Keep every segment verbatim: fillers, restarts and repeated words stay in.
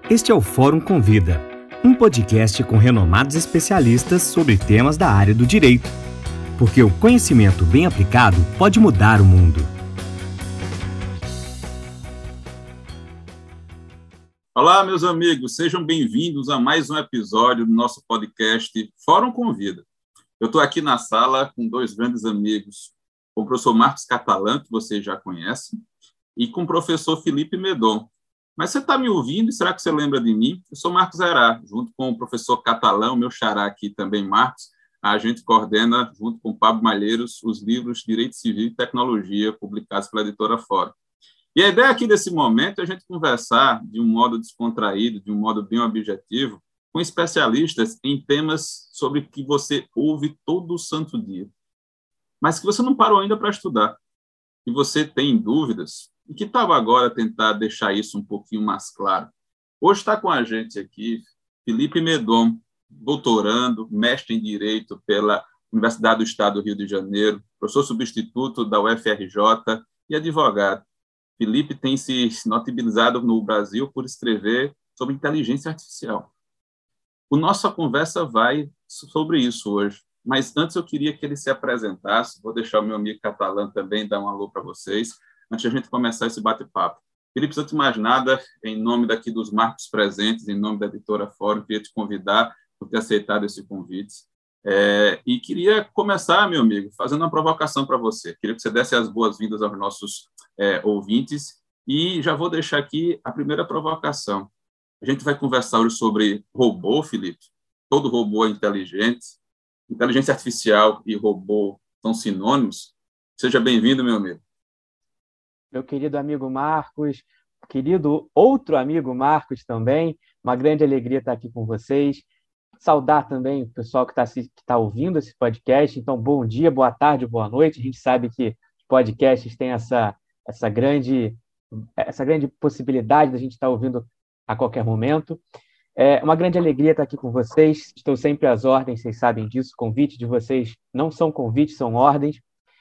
Este é o Fórum Convida, um podcast com renomados especialistas sobre temas da área do direito, porque o conhecimento bem aplicado pode mudar o mundo. Olá, meus amigos, sejam bem-vindos a mais um episódio do nosso podcast Fórum Convida. Eu estou aqui na sala com dois grandes amigos, com o professor Marcos Catalã, que vocês já conhecem, e com o professor Felipe Medon. Mas você está me ouvindo e será que você lembra de mim? Eu sou Marcos Herá, junto com o professor Catalã, o meu xará aqui também, Marcos, a gente coordena, junto com o Pablo Malheiros, os livros Direito Civil e Tecnologia, publicados pela editora Fórum. E a ideia aqui desse momento é a gente conversar de um modo descontraído, de um modo bem objetivo, com especialistas em temas sobre que você ouve todo santo dia, mas que você não parou ainda para estudar, que você tem dúvidas, e que tal agora tentar deixar isso um pouquinho mais claro. Hoje está com a gente aqui Felipe Medon, doutorando, mestre em Direito pela Universidade do Estado do Rio de Janeiro, professor substituto da U F R J e advogado. Felipe tem se notabilizado no Brasil por escrever sobre inteligência artificial. A nossa conversa vai sobre isso hoje, mas antes eu queria que ele se apresentasse. Vou deixar o meu amigo Catalã também dar um alô para vocês, antes de a gente começar esse bate-papo. Felipe, antes de mais nada, em nome daqui dos marcos presentes, em nome da editora Fórum, queria te convidar por ter aceitado esse convite. É, e queria começar, meu amigo, fazendo uma provocação para você. Queria que você desse as boas-vindas aos nossos é, ouvintes e já vou deixar aqui a primeira provocação. A gente vai conversar hoje sobre robô, Felipe. Todo robô é inteligente. Inteligência artificial e robô são sinônimos. Seja bem-vindo, meu amigo. Meu querido amigo Marcos, querido outro amigo Marcos também, uma grande alegria estar aqui com vocês. Saudar também o pessoal que está que tá ouvindo esse podcast. Então, bom dia, boa tarde, boa noite. A gente sabe que os podcasts têm essa, essa, grande, essa grande possibilidade de a gente estar ouvindo a qualquer momento. É uma grande alegria estar aqui com vocês. Estou sempre às ordens, vocês sabem disso. Convite de vocês não são convites, são ordens.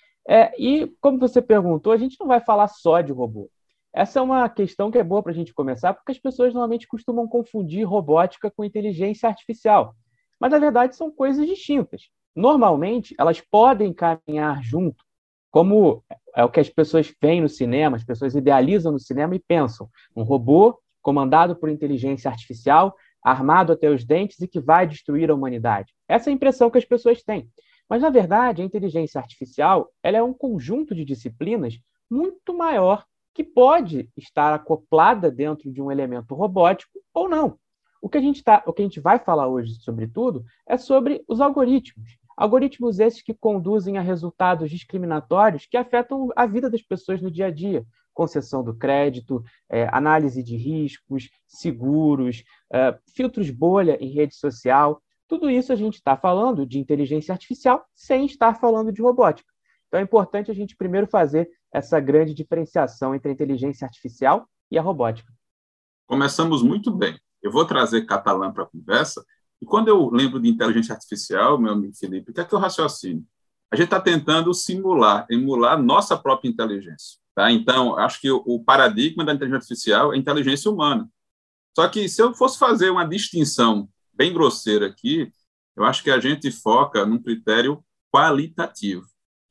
É, e, como você perguntou, a gente não vai falar só de robô. Essa é uma questão que é boa para a gente começar, porque as pessoas normalmente costumam confundir robótica com inteligência artificial. Mas, na verdade, são coisas distintas. Normalmente, elas podem caminhar junto, como é o que as pessoas veem no cinema, as pessoas idealizam no cinema e pensam. Um robô comandado por inteligência artificial, armado até os dentes e que vai destruir a humanidade. Essa é a impressão que as pessoas têm. Mas, na verdade, a inteligência artificial ela é um conjunto de disciplinas muito maior que pode estar acoplada dentro de um elemento robótico ou não. O que a gente, tá, o que a gente vai falar hoje, sobretudo, é sobre os algoritmos. Algoritmos esses que conduzem a resultados discriminatórios que afetam a vida das pessoas no dia a dia. Concessão do crédito, é, análise de riscos, seguros, é, filtros bolha em rede social. Tudo isso a gente está falando de inteligência artificial sem estar falando de robótica. Então é importante a gente primeiro fazer essa grande diferenciação entre a inteligência artificial e a robótica. Começamos muito bem. Eu vou trazer Catalã para a conversa, e quando eu lembro de inteligência artificial, meu amigo Felipe, o que é que eu raciocínio? A gente está tentando simular, emular nossa própria inteligência. Tá? Então, acho que o paradigma da inteligência artificial é a inteligência humana. Só que se eu fosse fazer uma distinção bem grosseira aqui, eu acho que a gente foca num critério qualitativo.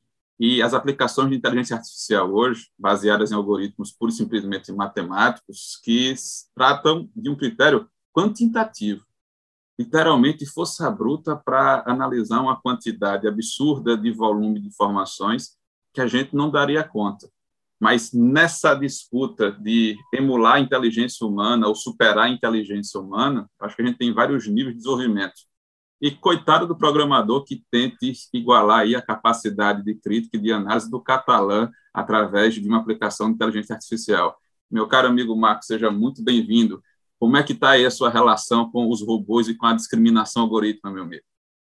E as aplicações de inteligência artificial hoje, baseadas em algoritmos pura e simplesmente matemáticos, que tratam de um critério quantitativo, literalmente força bruta para analisar uma quantidade absurda de volume de informações que a gente não daria conta. Mas nessa disputa de emular a inteligência humana ou superar a inteligência humana, acho que a gente tem vários níveis de desenvolvimento. E coitado do programador que tente igualar aí a capacidade de crítica e de análise do Catalã através de uma aplicação de inteligência artificial. Meu caro amigo Marcos, seja muito bem-vindo. Como é que está aí a sua relação com os robôs e com a discriminação algorítmica, meu amigo?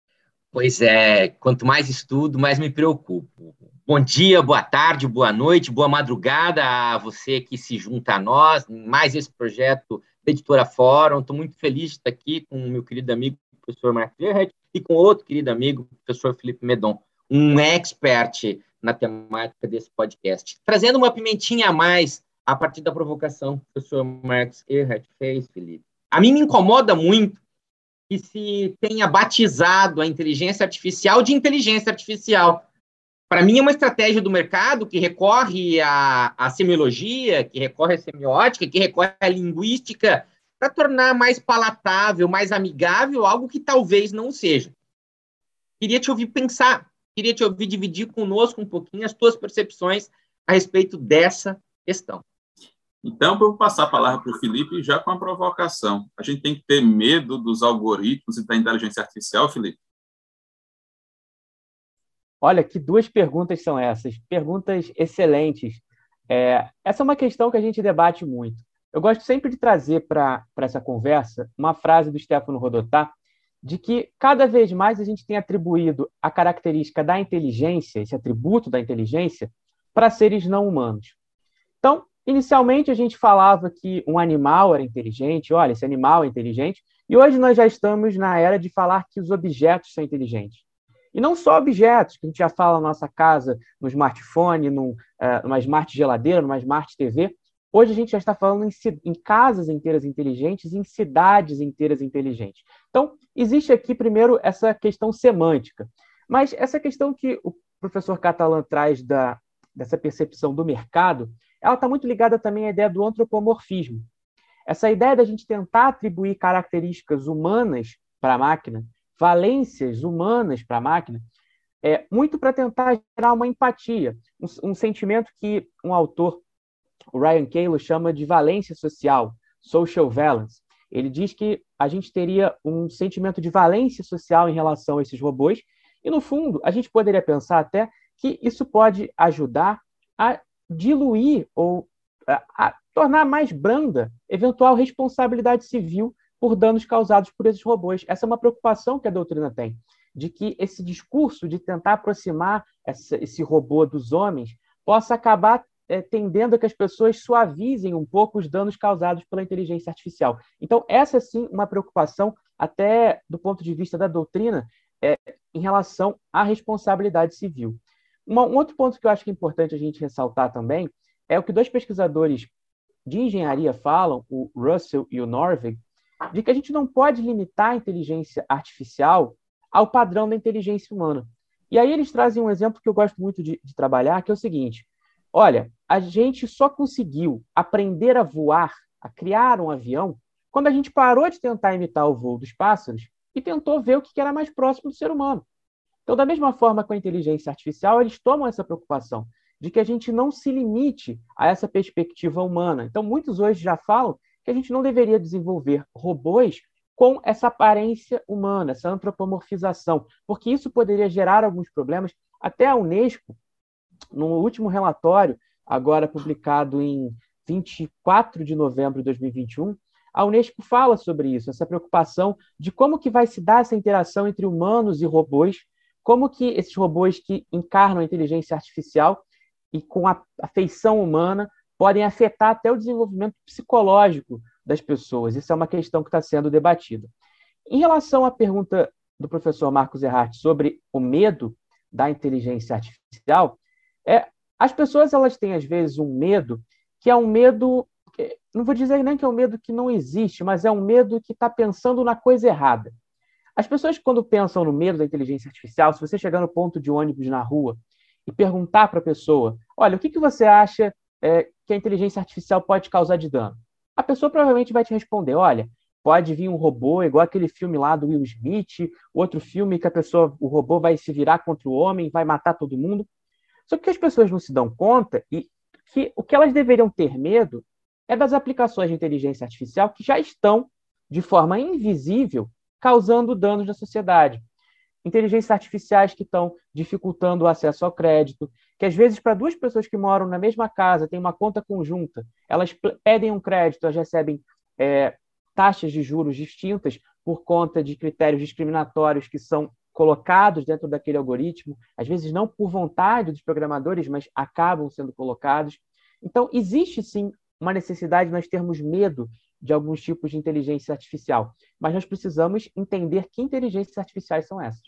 Pois é, quanto mais estudo, mais me preocupo. Bom dia, boa tarde, boa noite, boa madrugada a você que se junta a nós, mais esse projeto da Editora Fórum. Estou muito feliz de estar aqui com o meu querido amigo, o professor Marcos Herá, e com outro querido amigo, o professor Felipe Medon, um expert na temática desse podcast, trazendo uma pimentinha a mais a partir da provocação que o professor Marcos Erhard fez, Felipe. A mim me incomoda muito que se tenha batizado a inteligência artificial de inteligência artificial. Para mim, é uma estratégia do mercado que recorre à, à semiologia, que recorre à semiótica, que recorre à linguística, para tornar mais palatável, mais amigável, algo que talvez não seja. Queria te ouvir pensar, queria te ouvir dividir conosco um pouquinho as tuas percepções a respeito dessa questão. Então, eu vou passar a palavra para o Felipe já com a provocação. A gente tem que ter medo dos algoritmos e da inteligência artificial, Felipe? Olha, que duas perguntas são essas. Perguntas excelentes. É, essa é uma questão que a gente debate muito. Eu gosto sempre de trazer para essa conversa uma frase do Stefano Rodotà, de que cada vez mais a gente tem atribuído a característica da inteligência, esse atributo da inteligência, para seres não humanos. Então, inicialmente a gente falava que um animal era inteligente, olha, esse animal é inteligente, e hoje nós já estamos na era de falar que os objetos são inteligentes. E não só objetos, que a gente já fala na nossa casa, no smartphone, num, uh, numa smart geladeira, numa smart T V. Hoje a gente já está falando em, em casas inteiras inteligentes, em cidades inteiras inteligentes. Então, existe aqui, primeiro, essa questão semântica. Mas essa questão que o professor Catalan traz da, dessa percepção do mercado, ela está muito ligada também à ideia do antropomorfismo. Essa ideia da gente tentar atribuir características humanas para a máquina, valências humanas para a máquina, é muito para tentar gerar uma empatia, um, um sentimento que um autor, o Ryan Calo, chama de valência social, social valence. Ele diz que a gente teria um sentimento de valência social em relação a esses robôs, e, no fundo, a gente poderia pensar até que isso pode ajudar a diluir ou a, a tornar mais branda eventual responsabilidade civil por danos causados por esses robôs. Essa é uma preocupação que a doutrina tem, de que esse discurso de tentar aproximar essa, esse robô dos homens possa acabar é, tendendo a que as pessoas suavizem um pouco os danos causados pela inteligência artificial. Então, essa sim uma preocupação, até do ponto de vista da doutrina, é, em relação à responsabilidade civil. Uma, um outro ponto que eu acho que é importante a gente ressaltar também é o que dois pesquisadores de engenharia falam, o Russell e o Norvig, de que a gente não pode limitar a inteligência artificial ao padrão da inteligência humana. E aí eles trazem um exemplo que eu gosto muito de, de trabalhar, que é o seguinte: olha, a gente só conseguiu aprender a voar, a criar um avião, quando a gente parou de tentar imitar o voo dos pássaros e tentou ver o que era mais próximo do ser humano. Então, da mesma forma com a inteligência artificial, eles tomam essa preocupação de que a gente não se limite a essa perspectiva humana. Então, muitos hoje já falam que a gente não deveria desenvolver robôs com essa aparência humana, essa antropomorfização, porque isso poderia gerar alguns problemas. Até a Unesco, no último relatório, agora publicado em vinte e quatro de novembro de dois mil e vinte e um, a Unesco fala sobre isso, essa preocupação de como que vai se dar essa interação entre humanos e robôs, como que esses robôs que encarnam a inteligência artificial e com a afeição humana podem afetar até o desenvolvimento psicológico das pessoas. Isso é uma questão que está sendo debatida. Em relação à pergunta do professor Marcos Erhard sobre o medo da inteligência artificial, é, as pessoas elas têm, às vezes, um medo que é um medo, não vou dizer nem que é um medo que não existe, mas é um medo que está pensando na coisa errada. As pessoas, quando pensam no medo da inteligência artificial, se você chegar no ponto de ônibus na rua e perguntar para a pessoa, olha, o que, que você acha é, que a inteligência artificial pode causar de dano? A pessoa provavelmente vai te responder, olha, pode vir um robô, igual aquele filme lá do Will Smith, outro filme que a pessoa, o robô vai se virar contra o homem, vai matar todo mundo. Só que as pessoas não se dão conta e que o que elas deveriam ter medo é das aplicações de inteligência artificial que já estão, de forma invisível, causando danos na sociedade. Inteligências artificiais que estão dificultando o acesso ao crédito, que às vezes para duas pessoas que moram na mesma casa, têm uma conta conjunta, elas pedem um crédito, elas recebem é, taxas de juros distintas por conta de critérios discriminatórios que são colocados dentro daquele algoritmo, às vezes não por vontade dos programadores, mas acabam sendo colocados. Então, existe sim uma necessidade de nós termos medo de alguns tipos de inteligência artificial, mas nós precisamos entender que inteligências artificiais são essas.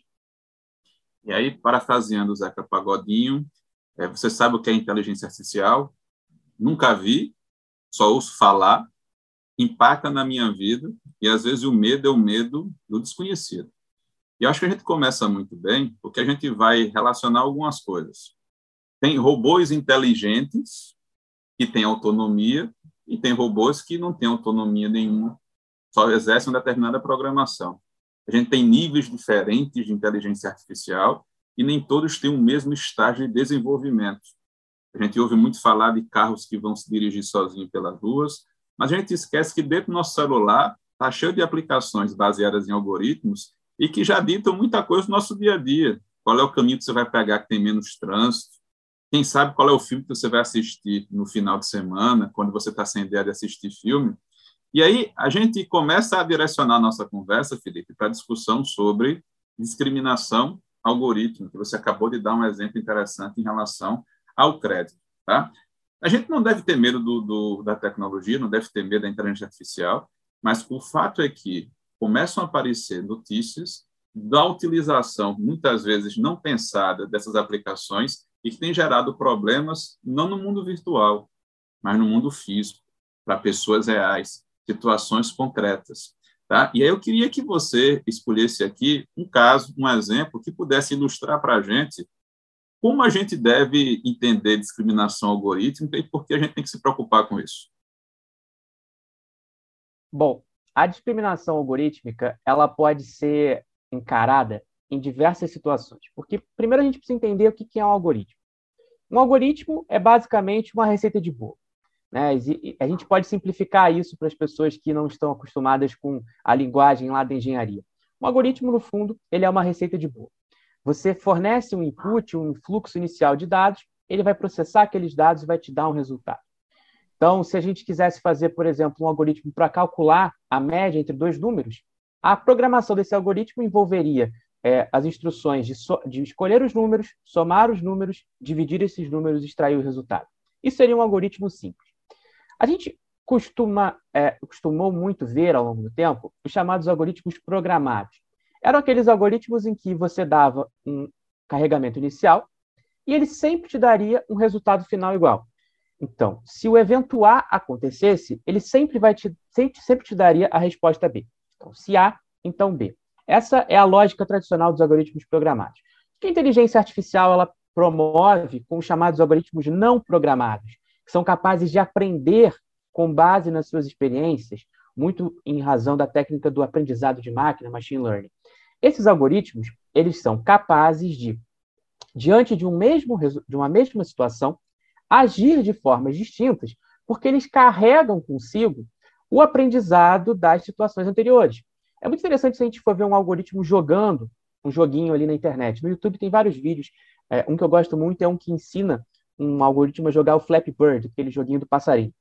E aí, parafraseando o Zeca Pagodinho, é, você sabe o que é inteligência artificial? Nunca vi, só ouço falar, impacta na minha vida, e às vezes o medo é o medo do desconhecido. E eu acho que a gente começa muito bem, porque a gente vai relacionar algumas coisas. Tem robôs inteligentes que têm autonomia, e tem robôs que não têm autonomia nenhuma, só exercem uma determinada programação. A gente tem níveis diferentes de inteligência artificial, e nem todos têm o mesmo estágio de desenvolvimento. A gente ouve muito falar de carros que vão se dirigir sozinhos pelas ruas, mas a gente esquece que dentro do nosso celular está cheio de aplicações baseadas em algoritmos e que já ditam muita coisa do nosso dia a dia. Qual é o caminho que você vai pegar que tem menos trânsito? Quem sabe qual é o filme que você vai assistir no final de semana, quando você está sem ideia de assistir filme? E aí a gente começa a direcionar a nossa conversa, Felipe, para a discussão sobre discriminação algorítmica, que você acabou de dar um exemplo interessante em relação ao crédito. Tá? A gente não deve ter medo do, do, da tecnologia, não deve ter medo da inteligência artificial, mas o fato é que começam a aparecer notícias da utilização, muitas vezes não pensada, dessas aplicações e que tem gerado problemas não no mundo virtual, mas no mundo físico, para pessoas reais, situações concretas. Tá? E aí eu queria que você escolhesse aqui um caso, um exemplo que pudesse ilustrar para a gente como a gente deve entender discriminação algorítmica e por que a gente tem que se preocupar com isso. Bom, a discriminação algorítmica ela pode ser encarada em diversas situações, porque primeiro a gente precisa entender o que é um algoritmo. Um algoritmo é basicamente uma receita de bolo, né? A gente pode simplificar isso para as pessoas que não estão acostumadas com a linguagem lá da engenharia. Um algoritmo, no fundo, ele é uma receita de bolo. Você fornece um input, um fluxo inicial de dados, ele vai processar aqueles dados e vai te dar um resultado. Então, se a gente quisesse fazer, por exemplo, um algoritmo para calcular a média entre dois números, a programação desse algoritmo envolveria é, as instruções de, so de escolher os números, somar os números, dividir esses números e extrair o resultado. Isso seria um algoritmo simples. A gente costuma, é, costumou muito ver ao longo do tempo os chamados algoritmos programados. Eram aqueles algoritmos em que você dava um carregamento inicial e ele sempre te daria um resultado final igual. Então, se o evento A acontecesse, ele sempre, vai te, sempre, sempre te daria a resposta B. Então, se A, então B. Essa é a lógica tradicional dos algoritmos programados. A inteligência artificial ela promove com os chamados algoritmos não programados, que são capazes de aprender com base nas suas experiências, muito em razão da técnica do aprendizado de máquina, machine learning. Esses algoritmos, eles são capazes de, diante de, um mesmo, de uma mesma situação, agir de formas distintas, porque eles carregam consigo o aprendizado das situações anteriores. É muito interessante se a gente for ver um algoritmo jogando um joguinho ali na internet. No YouTube tem vários vídeos. É, um que eu gosto muito é um que ensina um algoritmo a jogar o Flappy Bird, aquele joguinho do passarinho.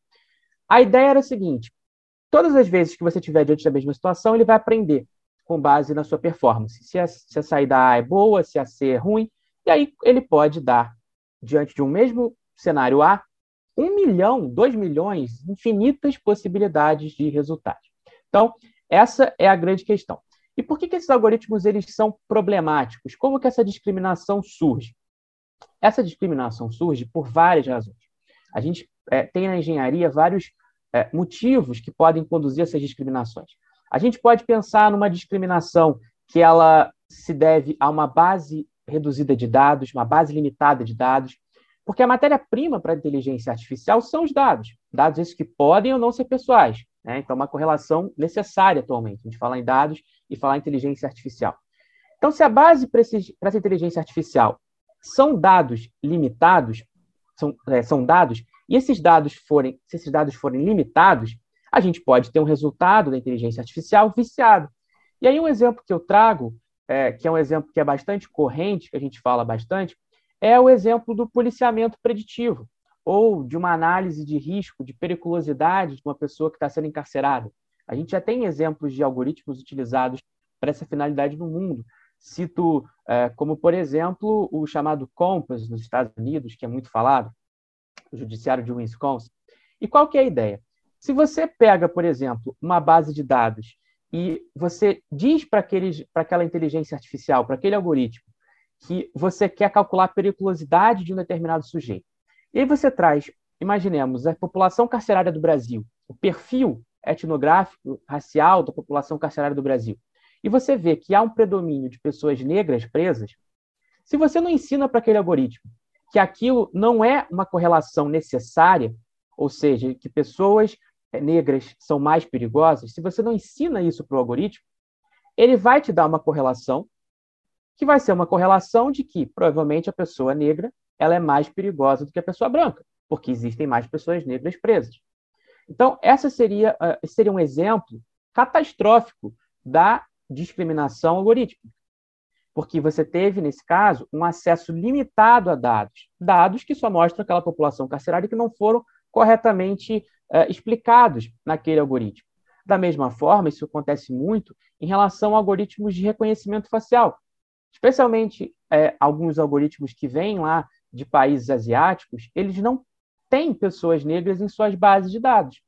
A ideia era a seguinte: todas as vezes que você estiver diante da mesma situação, ele vai aprender com base na sua performance. Se a, se a saída A é boa, se a C é ruim, e aí ele pode dar, diante de um mesmo cenário A, um milhão, dois milhões, infinitas possibilidades de resultados. Então, essa é a grande questão. E por que, que esses algoritmos eles são problemáticos? Como que essa discriminação surge? Essa discriminação surge por várias razões. A gente é, tem na engenharia vários é, motivos que podem conduzir essas discriminações. A gente pode pensar numa discriminação que ela se deve a uma base reduzida de dados, uma base limitada de dados, porque a matéria-prima para a inteligência artificial são os dados, dados esses que podem ou não ser pessoais, né? Então, uma correlação necessária atualmente, a gente falar em dados e falar em inteligência artificial. Então, se a base para essa inteligência artificial são dados limitados, são, é, são dados, e esses dados forem, se esses dados forem limitados, a gente pode ter um resultado da inteligência artificial viciado. E aí um exemplo que eu trago, é, que é um exemplo que é bastante corrente, que a gente fala bastante, é o exemplo do policiamento preditivo, ou de uma análise de risco, de periculosidade de uma pessoa que está sendo encarcerada. A gente já tem exemplos de algoritmos utilizados para essa finalidade no mundo. Cito é, como, por exemplo, o chamado COMPAS nos Estados Unidos, que é muito falado, o judiciário de Wisconsin. E qual que é a ideia? Se você pega, por exemplo, uma base de dados e você diz para aquela inteligência artificial, para aquele algoritmo, que você quer calcular a periculosidade de um determinado sujeito, e aí você traz imaginemos a população carcerária do Brasil, o perfil etnográfico, racial da população carcerária do Brasil, e você vê que há um predomínio de pessoas negras presas, se você não ensina para aquele algoritmo que aquilo não é uma correlação necessária, ou seja, que pessoas negras são mais perigosas, se você não ensina isso para o algoritmo, ele vai te dar uma correlação que vai ser uma correlação de que, provavelmente, a pessoa negra ela é mais perigosa do que a pessoa branca, porque existem mais pessoas negras presas. Então, essa seria, uh, seria um exemplo catastrófico da discriminação algorítmica, porque você teve, nesse caso, um acesso limitado a dados, dados que só mostram aquela população carcerária que não foram corretamente uh, explicados naquele algoritmo. Da mesma forma, isso acontece muito em relação a algoritmos de reconhecimento facial, especialmente é, alguns algoritmos que vêm lá de países asiáticos, eles não têm pessoas negras em suas bases de dados.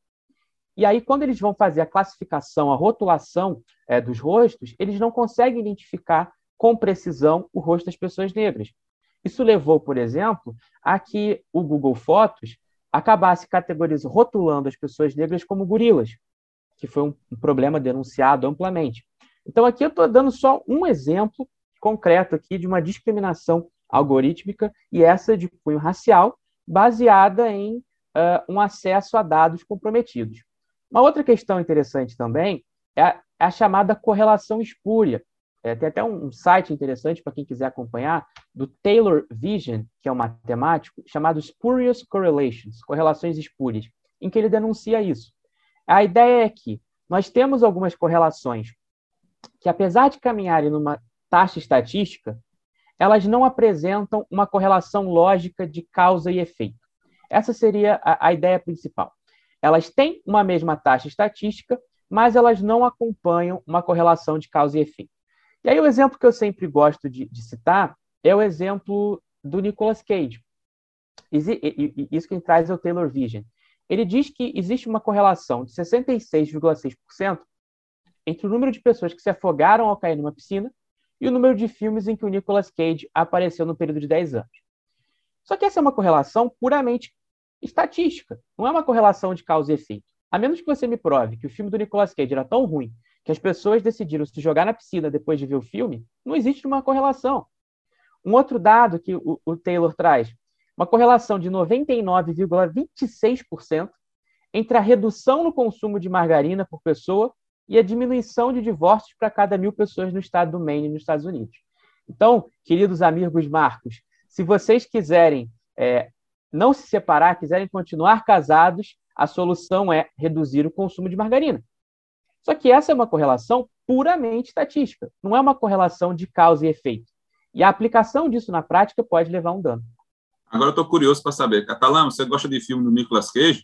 E aí, quando eles vão fazer a classificação, a rotulação é, dos rostos, eles não conseguem identificar com precisão o rosto das pessoas negras. Isso levou, por exemplo, a que o Google Fotos acabasse categorizando, rotulando as pessoas negras como gorilas, que foi um, um problema denunciado amplamente. Então, aqui eu estou dando só um exemplo concreto aqui de uma discriminação algorítmica, e essa de cunho racial, baseada em uh, um acesso a dados comprometidos. Uma outra questão interessante também é a, é a chamada correlação espúria. É, tem até um, um site interessante para quem quiser acompanhar, do Taylor Vision, que é um matemático, chamado Spurious Correlations, correlações espúrias, em que ele denuncia isso. A ideia é que nós temos algumas correlações que, apesar de caminharem numa taxa estatística, elas não apresentam uma correlação lógica de causa e efeito. Essa seria a, a ideia principal. Elas têm uma mesma taxa estatística, mas elas não acompanham uma correlação de causa e efeito. E aí o exemplo que eu sempre gosto de, de citar é o exemplo do Nicolas Cage. Isso quem traz é o Taylor Vision. Ele diz que existe uma correlação de sessenta e seis vírgula seis por cento entre o número de pessoas que se afogaram ao cair numa piscina e o número de filmes em que o Nicolas Cage apareceu no período de dez anos. Só que essa é uma correlação puramente estatística, não é uma correlação de causa e efeito. A menos que você me prove que o filme do Nicolas Cage era tão ruim que as pessoas decidiram se jogar na piscina depois de ver o filme, não existe uma correlação. Um outro dado que o, o Taylor traz, uma correlação de noventa e nove vírgula vinte e seis por cento entre a redução no consumo de margarina por pessoa e a diminuição de divórcios para cada mil pessoas no estado do Maine, nos Estados Unidos. Então, queridos amigos Marcos, se vocês quiserem é, não se separar, quiserem continuar casados, a solução é reduzir o consumo de margarina. Só que essa é uma correlação puramente estatística, não é uma correlação de causa e efeito. E a aplicação disso na prática pode levar a um dano. Agora eu estou curioso para saber, Catalão, você gosta de filme do Nicolas Cage?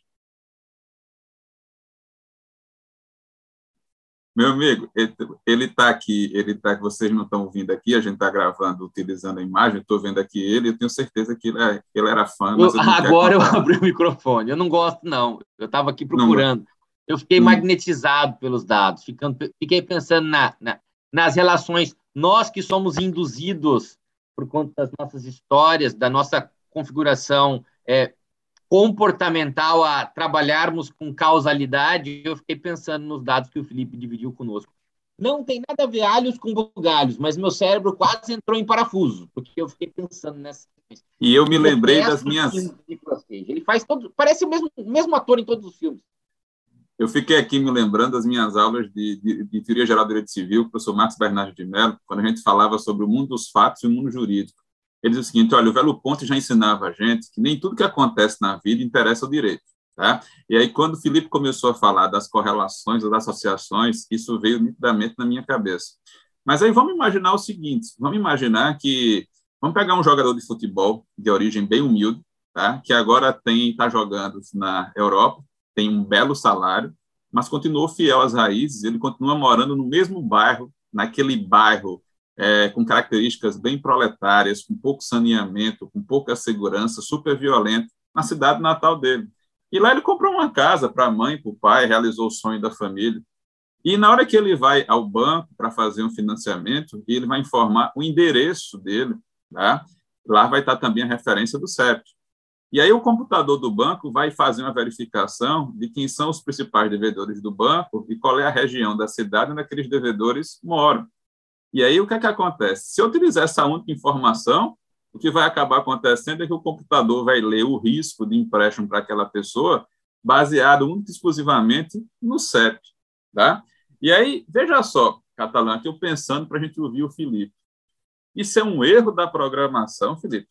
Meu amigo, ele está aqui, ele está, vocês não estão ouvindo aqui, a gente está gravando utilizando a imagem, estou vendo aqui ele, eu tenho certeza que ele, é, ele era fã. Mas eu, agora eu abri o microfone, eu não gosto, não. Eu estava aqui procurando. Não, eu fiquei hum. magnetizado pelos dados, ficando, fiquei pensando na, na, nas relações, nós que somos induzidos por conta das nossas histórias, da nossa configuração é, comportamental a trabalharmos com causalidade, eu fiquei pensando nos dados que o Felipe dividiu conosco. Não tem nada a ver alhos com bugalhos, mas meu cérebro quase entrou em parafuso, porque eu fiquei pensando nessa... E eu me lembrei das minhas... Ele faz todo... Parece o mesmo, o mesmo ator em todos os filmes. Eu fiquei aqui me lembrando das minhas aulas de, de, de Teoria Geral do Direito Civil, com o professor Marcos Bernardo de Mello, quando a gente falava sobre o mundo dos fatos e o mundo jurídico. Ele diz o seguinte, olha, o Velho Ponte já ensinava a gente que nem tudo que acontece na vida interessa ao direito. Tá? E aí, quando o Felipe começou a falar das correlações, das associações, isso veio nitidamente na minha cabeça. Mas aí vamos imaginar o seguinte, vamos imaginar que, vamos pegar um jogador de futebol de origem bem humilde, tá? Que agora tem, está jogando na Europa, tem um belo salário, mas continuou fiel às raízes, ele continua morando no mesmo bairro, naquele bairro é, com características bem proletárias, com pouco saneamento, com pouca segurança, super violento, na cidade natal dele. E lá ele comprou uma casa para a mãe, para o pai, realizou o sonho da família. E na hora que ele vai ao banco para fazer um financiamento, ele vai informar o endereço dele, tá? Lá vai estar também a referência do C E P. E aí o computador do banco vai fazer uma verificação de quem são os principais devedores do banco e qual é a região da cidade onde aqueles devedores moram. E aí o que é que acontece? Se eu utilizar essa única informação, o que vai acabar acontecendo é que o computador vai ler o risco de empréstimo para aquela pessoa baseado única e exclusivamente no C E P. Tá? E aí, veja só, Catalã, que eu pensando para a gente ouvir o Felipe. Isso é um erro da programação, Felipe?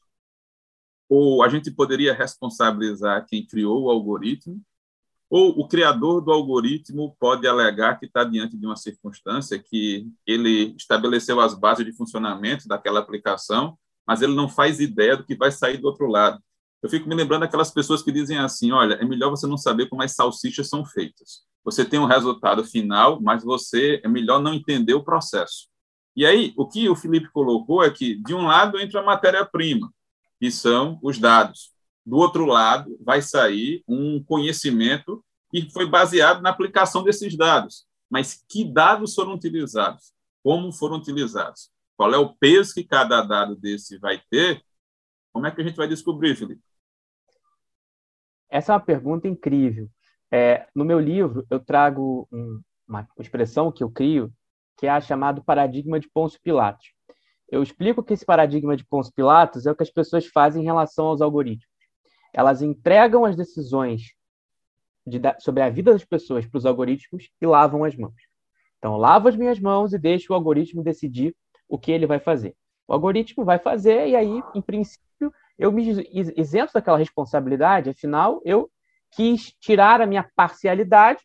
Ou a gente poderia responsabilizar quem criou o algoritmo? Ou o criador do algoritmo pode alegar que está diante de uma circunstância que ele estabeleceu as bases de funcionamento daquela aplicação, mas ele não faz ideia do que vai sair do outro lado? Eu fico me lembrando daquelas pessoas que dizem assim, olha, é melhor você não saber como as salsichas são feitas. Você tem um resultado final, mas você é melhor não entender o processo. E aí, o que o Felipe colocou é que, de um lado, entra a matéria-prima, que são os dados. Do outro lado, vai sair um conhecimento que foi baseado na aplicação desses dados. Mas que dados foram utilizados? Como foram utilizados? Qual é o peso que cada dado desse vai ter? Como é que a gente vai descobrir, Felipe? Essa é uma pergunta incrível. É, no meu livro, eu trago um, uma expressão que eu crio, que é a chamada paradigma de Pôncio Pilatos. Eu explico que esse paradigma de Pôncio Pilatos é o que as pessoas fazem em relação aos algoritmos. Elas entregam as decisões de, sobre a vida das pessoas para os algoritmos e lavam as mãos. Então, eu lavo as minhas mãos e deixo o algoritmo decidir o que ele vai fazer. O algoritmo vai fazer e aí, em princípio, eu me isento daquela responsabilidade, afinal, eu quis tirar a minha parcialidade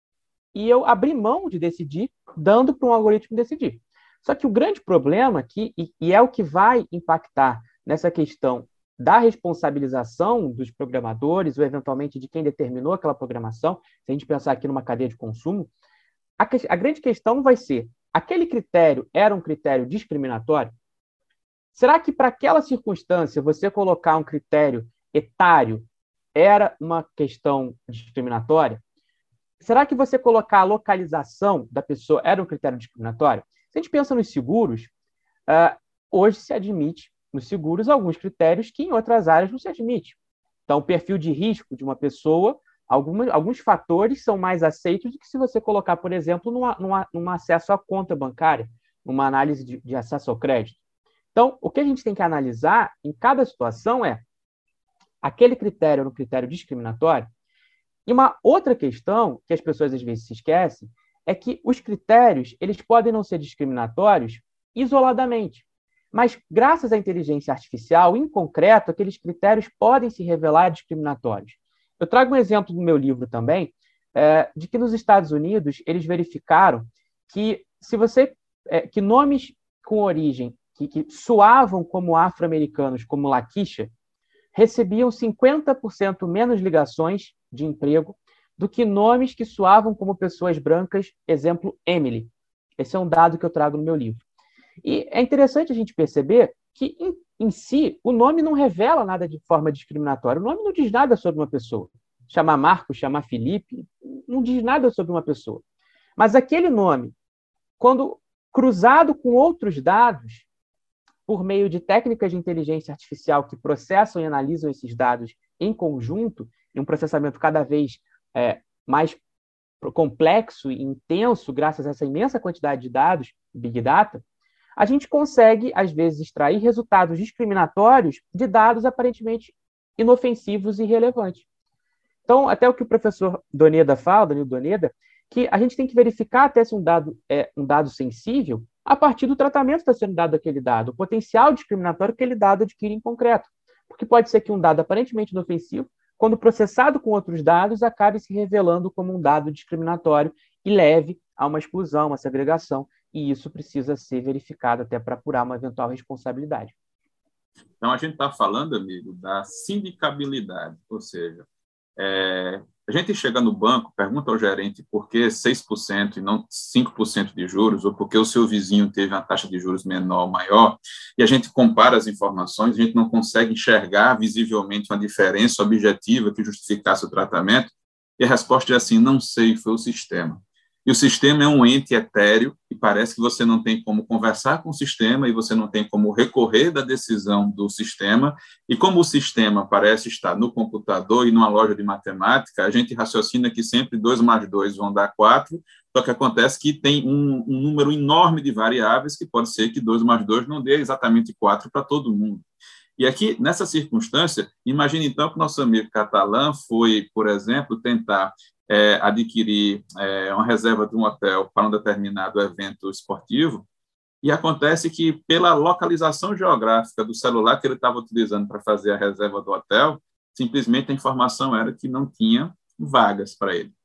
e eu abri mão de decidir, dando para um algoritmo decidir. Só que o grande problema aqui, e, e é o que vai impactar nessa questão da responsabilização dos programadores, ou eventualmente de quem determinou aquela programação, se a gente pensar aqui numa cadeia de consumo, a, que, a grande questão vai ser, aquele critério era um critério discriminatório? Será que para aquela circunstância você colocar um critério etário era uma questão discriminatória? Será que você colocar a localização da pessoa era um critério discriminatório? Se a gente pensa nos seguros, uh, hoje se admite nos seguros alguns critérios que em outras áreas não se admite. Então, o perfil de risco de uma pessoa, alguma, alguns fatores são mais aceitos do que se você colocar, por exemplo, numa, numa, num acesso à conta bancária, numa análise de, de acesso ao crédito. Então, o que a gente tem que analisar em cada situação é aquele critério era um critério discriminatório. E uma outra questão que as pessoas às vezes se esquecem é que os critérios eles podem não ser discriminatórios isoladamente, mas graças à inteligência artificial, em concreto, aqueles critérios podem se revelar discriminatórios. Eu trago um exemplo no meu livro também, é, de que nos Estados Unidos eles verificaram que se você é, que nomes com origem que, que soavam como afro-americanos, como Laquisha, recebiam cinquenta por cento menos ligações de emprego do que nomes que soavam como pessoas brancas, exemplo, Emily. Esse é um dado que eu trago no meu livro. E é interessante a gente perceber que, em, em si, o nome não revela nada de forma discriminatória. O nome não diz nada sobre uma pessoa. Chamar Marcos, chamar Felipe, não diz nada sobre uma pessoa. Mas aquele nome, quando cruzado com outros dados, por meio de técnicas de inteligência artificial que processam e analisam esses dados em conjunto, em um processamento cada vez é, mais complexo e intenso, graças a essa imensa quantidade de dados, Big Data, a gente consegue, às vezes, extrair resultados discriminatórios de dados aparentemente inofensivos e irrelevantes. Então, até o que o professor Doneda fala, Danilo Doneda, que a gente tem que verificar até se um dado é um dado sensível a partir do tratamento que está sendo dado àquele dado, o potencial discriminatório que aquele dado adquire em concreto. Porque pode ser que um dado aparentemente inofensivo, quando processado com outros dados, acabe se revelando como um dado discriminatório e leve a uma exclusão, uma segregação, e isso precisa ser verificado até para apurar uma eventual responsabilidade. Então, a gente está falando, amigo, da sindicabilidade, ou seja, é, a gente chega no banco, pergunta ao gerente por que seis por cento e não cinco por cento de juros, ou porque o seu vizinho teve uma taxa de juros menor ou maior, e a gente compara as informações, a gente não consegue enxergar visivelmente uma diferença objetiva que justificasse o tratamento, e a resposta é assim, não sei, foi o sistema. E o sistema é um ente etéreo e parece que você não tem como conversar com o sistema e você não tem como recorrer da decisão do sistema. E como o sistema parece estar no computador e numa loja de matemática, a gente raciocina que sempre dois mais dois vão dar quatro, só que acontece que tem um, um número enorme de variáveis que pode ser que dois mais dois não dê exatamente quatro para todo mundo. E aqui, nessa circunstância, imagine então que nosso amigo Catalã foi, por exemplo, tentar é, adquirir é, uma reserva de um hotel para um determinado evento esportivo, e acontece que, pela localização geográfica do celular que ele estava utilizando para fazer a reserva do hotel, simplesmente a informação era que não tinha vagas para ele.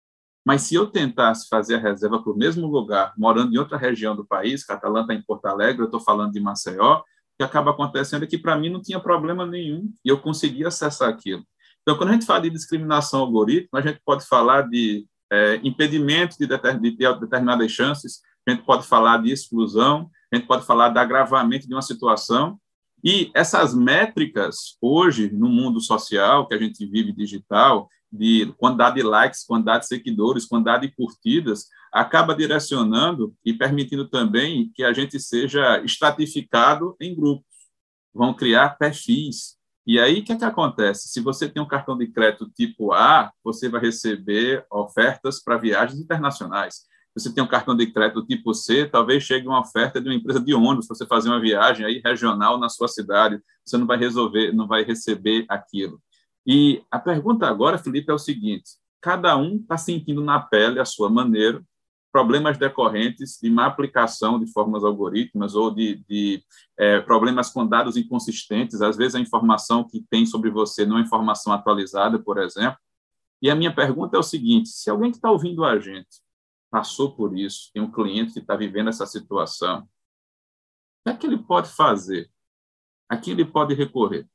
Mas se eu tentasse fazer a reserva para o mesmo lugar, morando em outra região do país, Catalã está em Porto Alegre, eu estou falando de Maceió, o que acaba acontecendo é que, para mim, não tinha problema nenhum e eu conseguia acessar aquilo. Então, quando a gente fala de discriminação algorítmica, a gente pode falar de é, impedimento de, deter, de determinadas chances, a gente pode falar de exclusão, a gente pode falar de agravamento de uma situação, e essas métricas, hoje, no mundo social, que a gente vive digital, de quantidade de likes, quantidade de seguidores, quantidade de curtidas, acaba direcionando e permitindo também que a gente seja estratificado em grupos. Vão criar perfis. E aí, o que é que acontece? Se você tem um cartão de crédito tipo A, você vai receber ofertas para viagens internacionais. Se você tem um cartão de crédito tipo C, talvez chegue uma oferta de uma empresa de ônibus para você fazer uma viagem aí regional na sua cidade. Você não vai resolver, não vai receber aquilo. E a pergunta agora, Felipe, é o seguinte: cada um está sentindo na pele, à sua maneira, problemas decorrentes de má aplicação de formas algorítmicas ou de, de é, problemas com dados inconsistentes. Às vezes a informação que tem sobre você não é informação atualizada, por exemplo. E a minha pergunta é o seguinte: se alguém que está ouvindo a gente passou por isso, tem um cliente que está vivendo essa situação, o que é que ele pode fazer? A quem ele pode recorrer?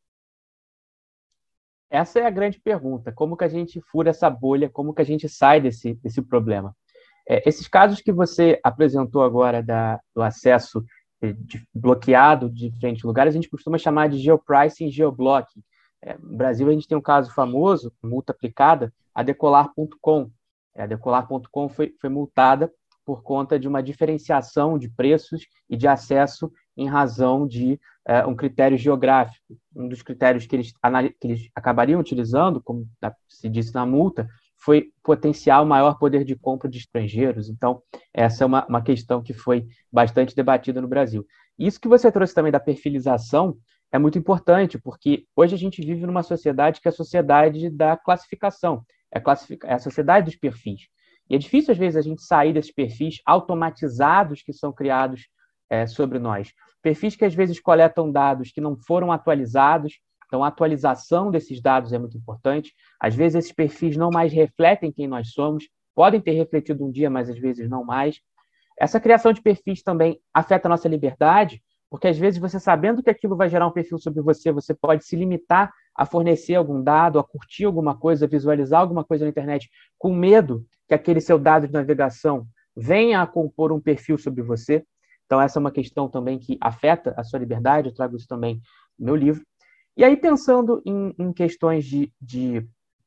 Essa é a grande pergunta. Como que a gente fura essa bolha? Como que a gente sai desse, desse problema? É, esses casos que você apresentou agora da, do acesso de, bloqueado de diferentes lugares, a gente costuma chamar de geopricing e geoblocking. É, no Brasil, a gente tem um caso famoso, multa aplicada, a Decolar ponto com. A Decolar ponto com foi, foi multada por conta de uma diferenciação de preços e de acesso em razão de é, um critério geográfico. Um dos critérios que eles, que eles acabariam utilizando, como se disse na multa, foi potencial maior poder de compra de estrangeiros. Então, essa é uma, uma questão que foi bastante debatida no Brasil. Isso que você trouxe também da perfilização é muito importante, porque hoje a gente vive numa sociedade que é a sociedade da classificação, é a, classific... é a sociedade dos perfis. E é difícil, às vezes, a gente sair desses perfis automatizados que são criados é, sobre nós. Perfis que, às vezes, coletam dados que não foram atualizados. Então, a atualização desses dados é muito importante. Às vezes, esses perfis não mais refletem quem nós somos. Podem ter refletido um dia, mas, às vezes, não mais. Essa criação de perfis também afeta a nossa liberdade, porque, às vezes, você sabendo que aquilo vai gerar um perfil sobre você, você pode se limitar a fornecer algum dado, a curtir alguma coisa, a visualizar alguma coisa na internet, com medo que aquele seu dado de navegação venha a compor um perfil sobre você. Então, essa é uma questão também que afeta a sua liberdade, eu trago isso também no meu livro. E aí, pensando em, em questões de, de,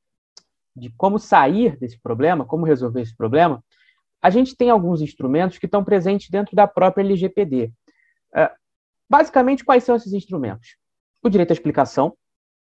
de como sair desse problema, como resolver esse problema, a gente tem alguns instrumentos que estão presentes dentro da própria L G P D. Uh, basicamente, quais são esses instrumentos? O direito à explicação,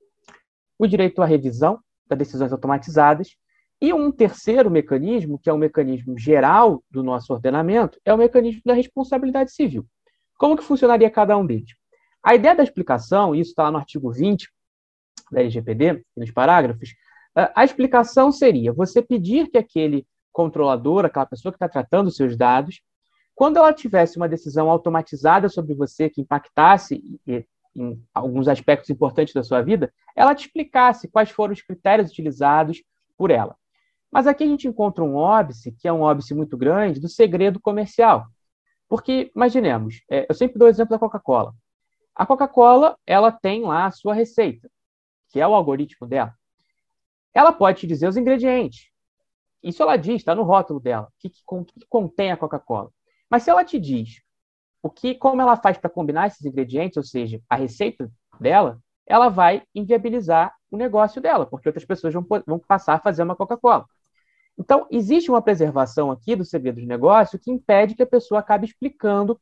o direito à revisão das decisões automatizadas, e um terceiro mecanismo, que é um mecanismo geral do nosso ordenamento, é o mecanismo da responsabilidade civil. Como que funcionaria cada um deles? A ideia da explicação, isso está lá no artigo vinte da L G P D, nos parágrafos, a explicação seria você pedir que aquele controlador, aquela pessoa que está tratando os seus dados, quando ela tivesse uma decisão automatizada sobre você que impactasse em alguns aspectos importantes da sua vida, ela te explicasse quais foram os critérios utilizados por ela. Mas aqui a gente encontra um óbice, que é um óbice muito grande, do segredo comercial. Porque, imaginemos, é, eu sempre dou o exemplo da Coca-Cola. A Coca-Cola, ela tem lá a sua receita, que é o algoritmo dela. Ela pode te dizer os ingredientes. Isso ela diz, está no rótulo dela, o que, que, que contém a Coca-Cola. Mas se ela te diz o que, como ela faz para combinar esses ingredientes, ou seja, a receita dela, ela vai inviabilizar o negócio dela, porque outras pessoas vão, vão passar a fazer uma Coca-Cola. Então, existe uma preservação aqui do segredo de negócio que impede que a pessoa acabe explicando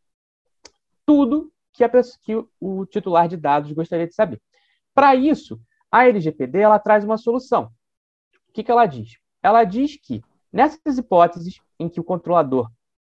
tudo que, a pessoa, que o titular de dados gostaria de saber. Para isso, a L G P D ela traz uma solução. O que, que ela diz? Ela diz que, nessas hipóteses em que o controlador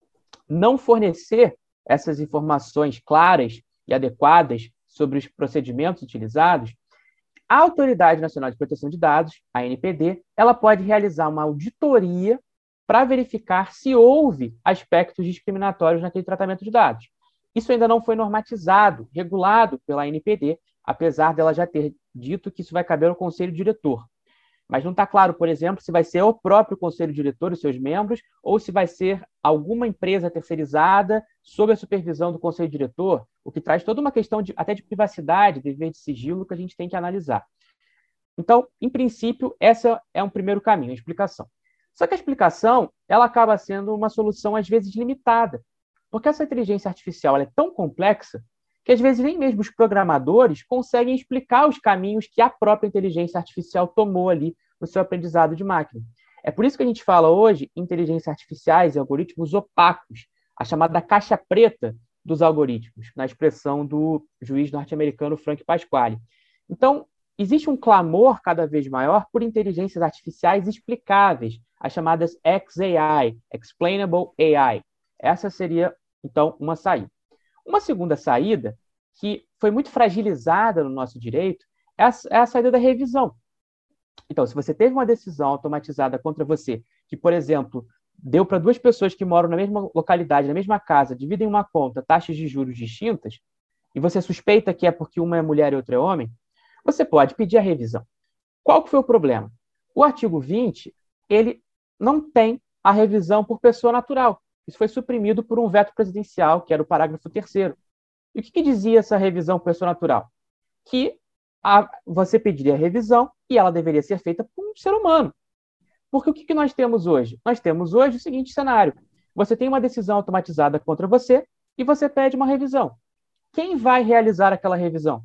não fornecer essas informações claras e adequadas sobre os procedimentos utilizados, a Autoridade Nacional de Proteção de Dados, a A N P D, ela pode realizar uma auditoria para verificar se houve aspectos discriminatórios naquele tratamento de dados. Isso ainda não foi normatizado, regulado pela A N P D, apesar dela já ter dito que isso vai caber ao Conselho Diretor. Mas não está claro, por exemplo, se vai ser o próprio Conselho Diretor e seus membros, ou se vai ser alguma empresa terceirizada sob a supervisão do Conselho Diretor, o que traz toda uma questão de, até de privacidade, dever de sigilo, que a gente tem que analisar. Então, em princípio, esse é um primeiro caminho, a explicação. Só que a explicação ela acaba sendo uma solução, às vezes, limitada, porque essa inteligência artificial ela é tão complexa que, às vezes, nem mesmo os programadores conseguem explicar os caminhos que a própria inteligência artificial tomou ali no seu aprendizado de máquina. É por isso que a gente fala hoje em inteligências artificiais e algoritmos opacos, a chamada caixa preta dos algoritmos, na expressão do juiz norte-americano Frank Pasquale. Então, existe um clamor cada vez maior por inteligências artificiais explicáveis, as chamadas X A I, Explainable A I. Essa seria, então, uma saída. Uma segunda saída, que foi muito fragilizada no nosso direito, é a, é a saída da revisão. Então, se você teve uma decisão automatizada contra você, que, por exemplo, deu para duas pessoas que moram na mesma localidade, na mesma casa, dividem uma conta, taxas de juros distintas, e você suspeita que é porque uma é mulher e outra é homem, você pode pedir a revisão. Qual que foi o problema? O artigo vinte, ele não tem a revisão por pessoa natural. Isso foi suprimido por um veto presidencial, que era o parágrafo terceiro. E o que, que dizia essa revisão por pessoa natural? Que a, você pediria a revisão e ela deveria ser feita por um ser humano. Porque o que, que nós temos hoje? Nós temos hoje o seguinte cenário. Você tem uma decisão automatizada contra você e você pede uma revisão. Quem vai realizar aquela revisão?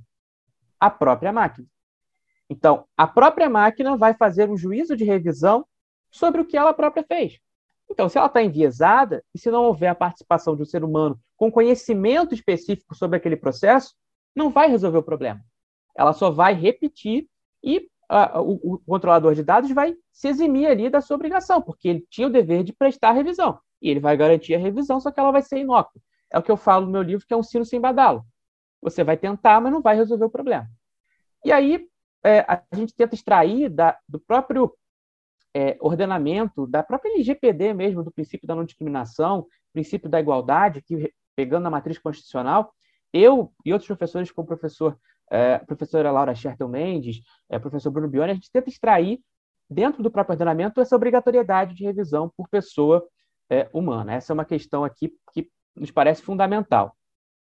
A própria máquina. Então, a própria máquina vai fazer um juízo de revisão sobre o que ela própria fez. Então, se ela está enviesada, e se não houver a participação de um ser humano com conhecimento específico sobre aquele processo, não vai resolver o problema. Ela só vai repetir e uh, o, o controlador de dados vai se eximir ali da sua obrigação, porque ele tinha o dever de prestar a revisão. E ele vai garantir a revisão, só que ela vai ser inócua. É o que eu falo no meu livro, que é um sino sem badalo. Você vai tentar, mas não vai resolver o problema. E aí, é, a gente tenta extrair da, do próprio é, ordenamento, da própria L G P D mesmo, do princípio da não discriminação, princípio da igualdade, que, pegando a matriz constitucional, eu e outros professores, como o professor, é, a professora Laura Schertel Mendes, é, professor Bruno Bione, a gente tenta extrair, dentro do próprio ordenamento, essa obrigatoriedade de revisão por pessoa é, humana. Essa é uma questão aqui que nos parece fundamental.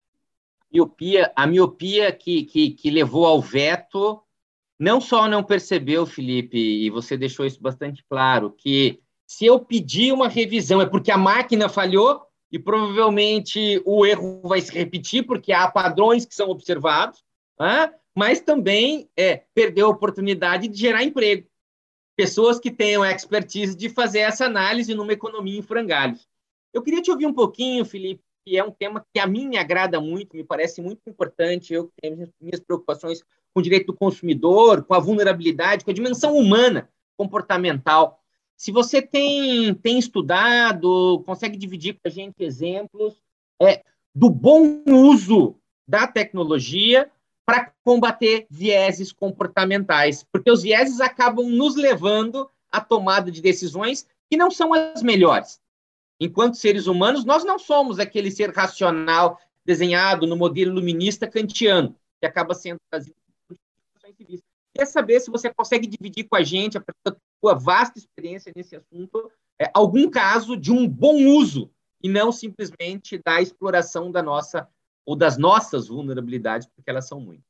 Miopia, a miopia que, que, que levou ao veto, não só não percebeu, Felipe, e você deixou isso bastante claro, que se eu pedir uma revisão é porque a máquina falhou e provavelmente o erro vai se repetir porque há padrões que são observados, né? Mas também é, perdeu a oportunidade de gerar emprego. Pessoas que tenham a expertise de fazer essa análise numa economia em frangalhos. Eu queria te ouvir um pouquinho, Felipe, que é um tema que a mim me agrada muito, me parece muito importante. Eu tenho minhas preocupações com o direito do consumidor, com a vulnerabilidade, com a dimensão humana, comportamental. Se você tem, tem estudado, consegue dividir com a gente exemplos é, do bom uso da tecnologia para combater vieses comportamentais, porque os vieses acabam nos levando à tomada de decisões que não são as melhores. Enquanto seres humanos, nós não somos aquele ser racional desenhado no modelo iluminista kantiano, que acaba sendo trazido por instituições civis. Quer saber se você consegue dividir com a gente, a sua vasta experiência nesse assunto, é, algum caso de um bom uso, e não simplesmente da exploração da nossa, ou das nossas vulnerabilidades, porque elas são muitas.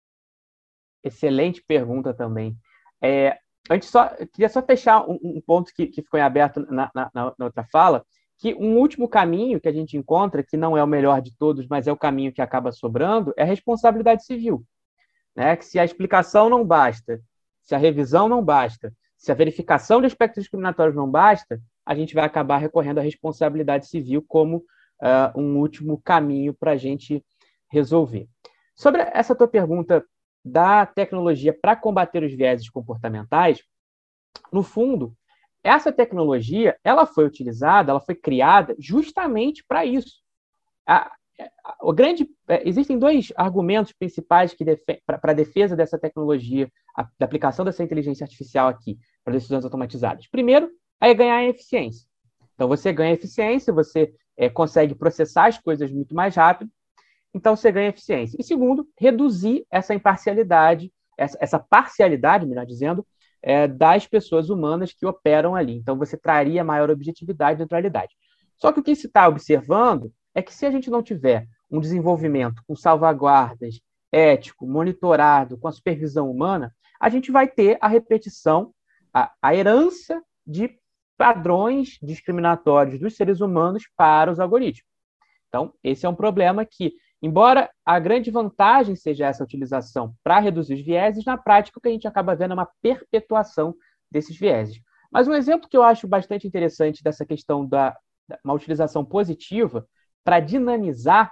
Excelente pergunta também. É, antes, só, eu queria só fechar um, um ponto que, que ficou em aberto na, na, na outra fala, que um último caminho que a gente encontra, que não é o melhor de todos, mas é o caminho que acaba sobrando, é a responsabilidade civil. Né? Que se a explicação não basta, se a revisão não basta, Se a verificação de aspectos discriminatórios não basta, a gente vai acabar recorrendo à responsabilidade civil como uh, um último caminho para a gente resolver. Sobre essa tua pergunta da tecnologia para combater os vieses comportamentais, no fundo, essa tecnologia ela foi utilizada, ela foi criada justamente para isso. A, a, o grande, existem dois argumentos principais para a defesa dessa tecnologia, a, da aplicação dessa inteligência artificial aqui, para decisões automatizadas. Primeiro, é ganhar em eficiência. Então, você ganha eficiência, você é, consegue processar as coisas muito mais rápido, então você ganha eficiência. E segundo, reduzir essa imparcialidade, essa, essa parcialidade, melhor dizendo, é, das pessoas humanas que operam ali. Então, você traria maior objetividade e neutralidade. Só que o que se está observando é que se a gente não tiver um desenvolvimento com salvaguardas, ético, monitorado, com a supervisão humana, a gente vai ter a repetição, a, a herança de padrões discriminatórios dos seres humanos para os algoritmos. Então, esse é um problema que, embora a grande vantagem seja essa utilização para reduzir os vieses, na prática o que a gente acaba vendo é uma perpetuação desses vieses. Mas um exemplo que eu acho bastante interessante dessa questão da uma utilização positiva para dinamizar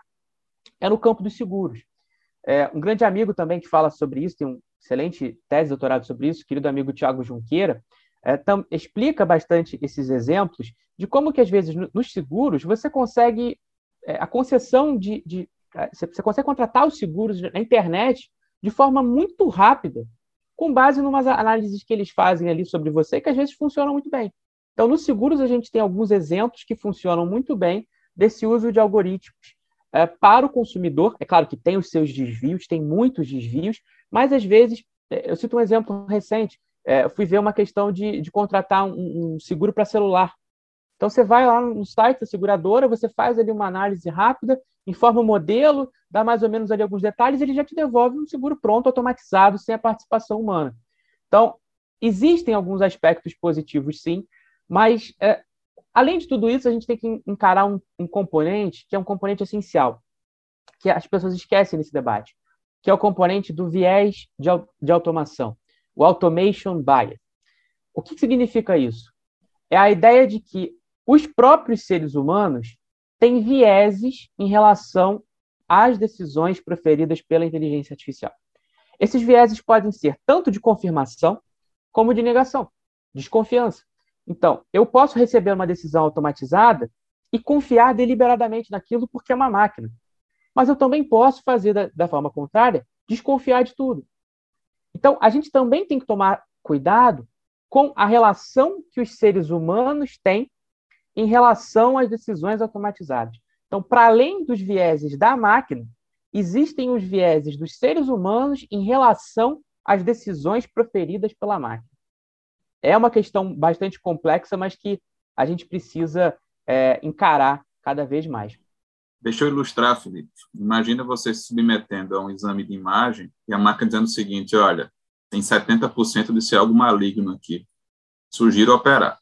é no campo dos seguros. É, um grande amigo também que fala sobre isso, tem um excelente tese de doutorado sobre isso, querido amigo Tiago Junqueira, é, tam, explica bastante esses exemplos de como que, às vezes, no, nos seguros, você consegue é, a concessão de, de é, você consegue contratar os seguros na internet de forma muito rápida, com base em umas análises que eles fazem ali sobre você, que às vezes funcionam muito bem. Então, nos seguros, a gente tem alguns exemplos que funcionam muito bem desse uso de algoritmos é, para o consumidor. É claro que tem os seus desvios, tem muitos desvios, mas, às vezes, eu cito um exemplo recente, é, eu fui ver uma questão de, de contratar um, um seguro para celular. Então, você vai lá no site da seguradora, você faz ali uma análise rápida, informa o modelo, dá mais ou menos ali alguns detalhes, ele já te devolve um seguro pronto, automatizado, sem a participação humana. Então, existem alguns aspectos positivos, sim, mas, é, além de tudo isso, a gente tem que encarar um, um componente que é um componente essencial, que as pessoas esquecem nesse debate, que é o componente do viés de, de automação, o automation bias. O que significa isso? É a ideia de que os próprios seres humanos têm vieses em relação às decisões proferidas pela inteligência artificial. Esses vieses podem ser tanto de confirmação como de negação, desconfiança. Então, eu posso receber uma decisão automatizada e confiar deliberadamente naquilo porque é uma máquina. Mas eu também posso fazer da, da forma contrária, desconfiar de tudo. Então, a gente também tem que tomar cuidado com a relação que os seres humanos têm em relação às decisões automatizadas. Então, para além dos vieses da máquina, existem os vieses dos seres humanos em relação às decisões proferidas pela máquina. É uma questão bastante complexa, mas que a gente precisa é, encarar cada vez mais. Deixa eu ilustrar, Felipe. Imagina você se submetendo a um exame de imagem e a máquina dizendo o seguinte: olha, tem setenta por cento de ser algo maligno aqui. Sugiro operar.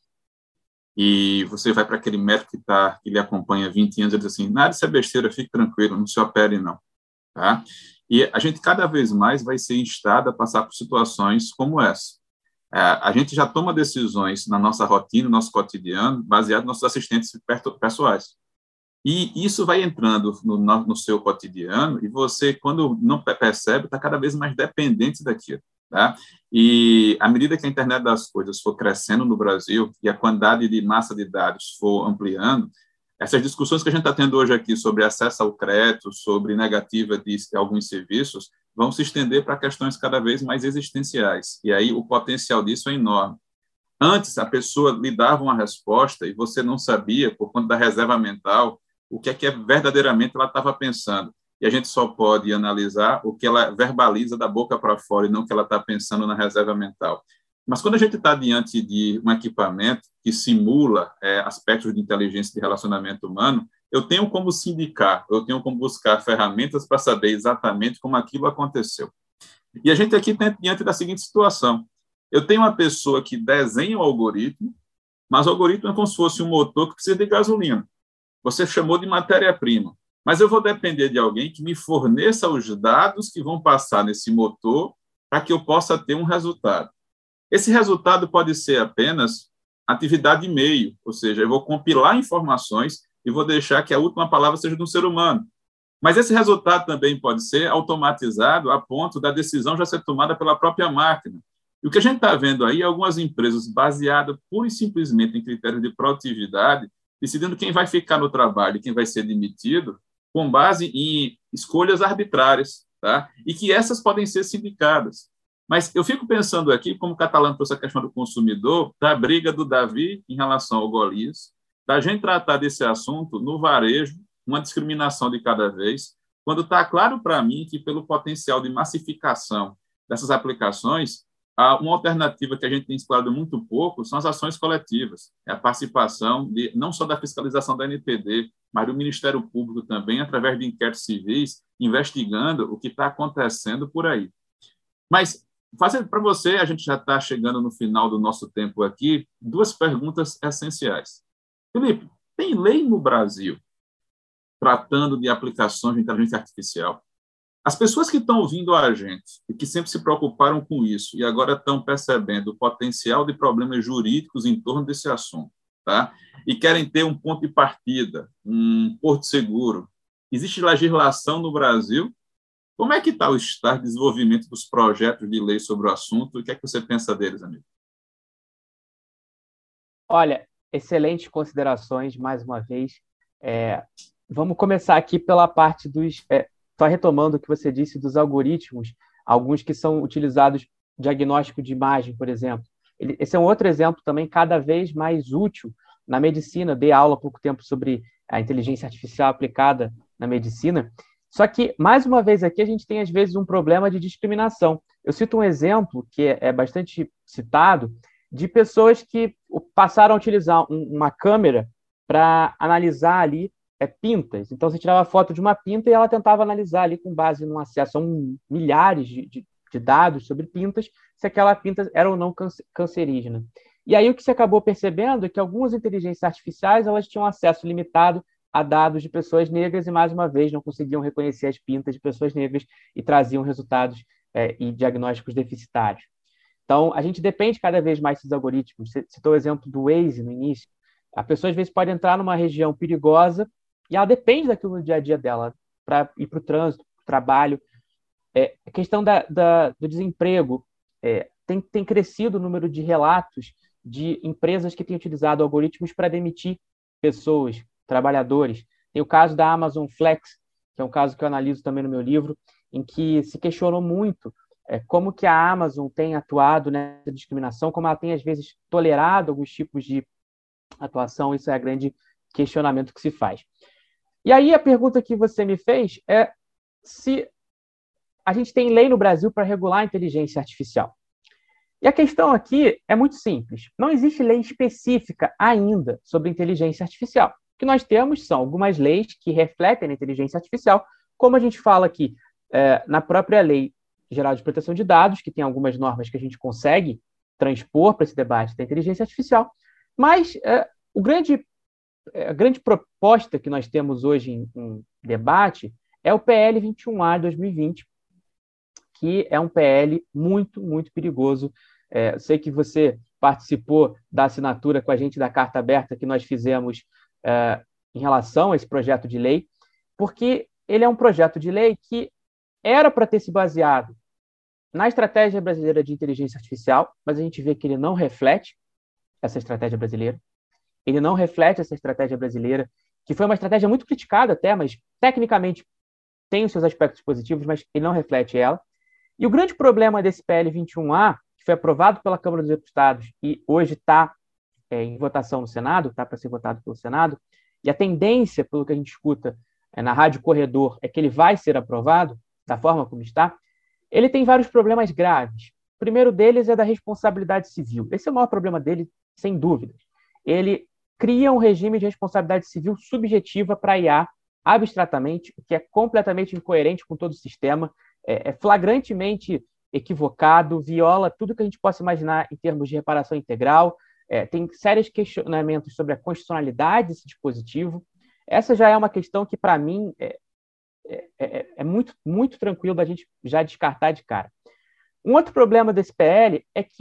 E você vai para aquele médico que, tá, que lhe acompanha há vinte anos e diz assim: nada, isso é besteira, fique tranquilo, não se opere, não. Tá? E a gente cada vez mais vai ser instado a passar por situações como essa. É, a gente já toma decisões na nossa rotina, no nosso cotidiano, baseado nos nossos assistentes pessoais. E isso vai entrando no, no seu cotidiano e você, quando não percebe, está cada vez mais dependente daquilo. Tá? E à medida que a internet das coisas for crescendo no Brasil e a quantidade de massa de dados for ampliando, essas discussões que a gente está tendo hoje aqui sobre acesso ao crédito, sobre negativa de alguns serviços, vão se estender para questões cada vez mais existenciais. E aí o potencial disso é enorme. Antes, a pessoa lhe dava uma resposta e você não sabia, por conta da reserva mental, o que é que verdadeiramente ela estava pensando. E a gente só pode analisar o que ela verbaliza da boca para fora e não o que ela está pensando na reserva mental. Mas quando a gente está diante de um equipamento que simula é, aspectos de inteligência de relacionamento humano, eu tenho como sindicar, eu tenho como buscar ferramentas para saber exatamente como aquilo aconteceu. E a gente aqui está diante da seguinte situação. Eu tenho uma pessoa que desenha o algoritmo, mas o algoritmo é como se fosse um motor que precisa de gasolina. Você chamou de matéria-prima, mas eu vou depender de alguém que me forneça os dados que vão passar nesse motor para que eu possa ter um resultado. Esse resultado pode ser apenas atividade meio, ou seja, eu vou compilar informações e vou deixar que a última palavra seja do ser humano. Mas esse resultado também pode ser automatizado a ponto da decisão já ser tomada pela própria máquina. E o que a gente está vendo aí é algumas empresas baseadas pura e simplesmente em critérios de produtividade, decidindo quem vai ficar no trabalho e quem vai ser demitido, com base em escolhas arbitrárias, tá? E que essas podem ser sindicadas. Mas eu fico pensando aqui, como o Catalã trouxe a questão do consumidor, da briga do Davi em relação ao Golias, da gente tratar desse assunto no varejo, uma discriminação de cada vez, quando está claro para mim que, pelo potencial de massificação dessas aplicações, uma alternativa que a gente tem explorado muito pouco são as ações coletivas, é a participação de, não só da fiscalização da N P D, mas do Ministério Público também, através de inquéritos civis, investigando o que está acontecendo por aí. Mas, fazendo para você, a gente já está chegando no final do nosso tempo aqui, duas perguntas essenciais. Felipe, tem lei no Brasil tratando de aplicações de inteligência artificial? As pessoas que estão ouvindo a gente e que sempre se preocuparam com isso e agora estão percebendo o potencial de problemas jurídicos em torno desse assunto, tá? E querem ter um ponto de partida, um porto seguro. Existe legislação no Brasil? Como é que está o estado de desenvolvimento dos projetos de lei sobre o assunto? O que é que você pensa deles, amigo? Olha, excelentes considerações, mais uma vez. É, vamos começar aqui pela parte dos... É, só retomando o que você disse dos algoritmos, alguns que são utilizados diagnóstico de imagem, por exemplo. Ele, esse é um outro exemplo também cada vez mais útil na medicina. Dei aula há pouco tempo sobre a inteligência artificial aplicada na medicina. Só que, mais uma vez aqui, a gente tem, às vezes, um problema de discriminação. Eu cito um exemplo que é, é bastante citado, de pessoas que passaram a utilizar um, uma câmera para analisar ali É, pintas. Então, você tirava foto de uma pinta e ela tentava analisar ali com base num acesso a um, milhares de, de, de dados sobre pintas, se aquela pinta era ou não cancerígena. E aí o que você acabou percebendo é que algumas inteligências artificiais elas tinham acesso limitado a dados de pessoas negras e, mais uma vez, não conseguiam reconhecer as pintas de pessoas negras e traziam resultados é, e diagnósticos deficitários. Então, a gente depende cada vez mais desses algoritmos. Você citou o exemplo do Waze no início. A pessoa, às vezes, pode entrar numa região perigosa e ela depende daquilo no dia a dia dela, para ir para o trânsito, para o trabalho. É, a questão da, da, do desemprego. É, tem, tem crescido o número de relatos de empresas que têm utilizado algoritmos para demitir pessoas, trabalhadores. Tem o caso da Amazon Flex, que é um caso que eu analiso também no meu livro, em que se questionou muito é, como que a Amazon tem atuado nessa discriminação, como ela tem, às vezes, tolerado alguns tipos de atuação. Isso é o grande questionamento que se faz. E aí a pergunta que você me fez é se a gente tem lei no Brasil para regular a inteligência artificial. E a questão aqui é muito simples. Não existe lei específica ainda sobre inteligência artificial. O que nós temos são algumas leis que refletem a inteligência artificial, como a gente fala aqui é, na própria Lei Geral de Proteção de Dados, que tem algumas normas que a gente consegue transpor para esse debate da inteligência artificial, mas é, o grande A grande proposta que nós temos hoje em, em debate é o P L vinte e um A de dois mil e vinte, que é um P L muito, muito perigoso. É, eu sei que você participou da assinatura com a gente da carta aberta que nós fizemos é, em relação a esse projeto de lei, porque ele é um projeto de lei que era para ter se baseado na estratégia brasileira de inteligência artificial, mas a gente vê que ele não reflete essa estratégia brasileira. Ele não reflete essa estratégia brasileira, que foi uma estratégia muito criticada até, mas tecnicamente tem os seus aspectos positivos, mas ele não reflete ela. E o grande problema desse P L vinte e um A, que foi aprovado pela Câmara dos Deputados e hoje está é, em votação no Senado, está para ser votado pelo Senado, e a tendência, pelo que a gente escuta é, na Rádio Corredor, é que ele vai ser aprovado, da forma como está, ele tem vários problemas graves. O primeiro deles é da responsabilidade civil. Esse é o maior problema dele, sem dúvidas. Ele cria um regime de responsabilidade civil subjetiva para a I A, abstratamente, o que é completamente incoerente com todo o sistema, é, é flagrantemente equivocado, viola tudo que a gente possa imaginar em termos de reparação integral, é, tem sérios questionamentos sobre a constitucionalidade desse dispositivo. Essa já é uma questão que, para mim, é, é, é, é muito, muito tranquilo da gente já descartar de cara. Um outro problema desse P L é que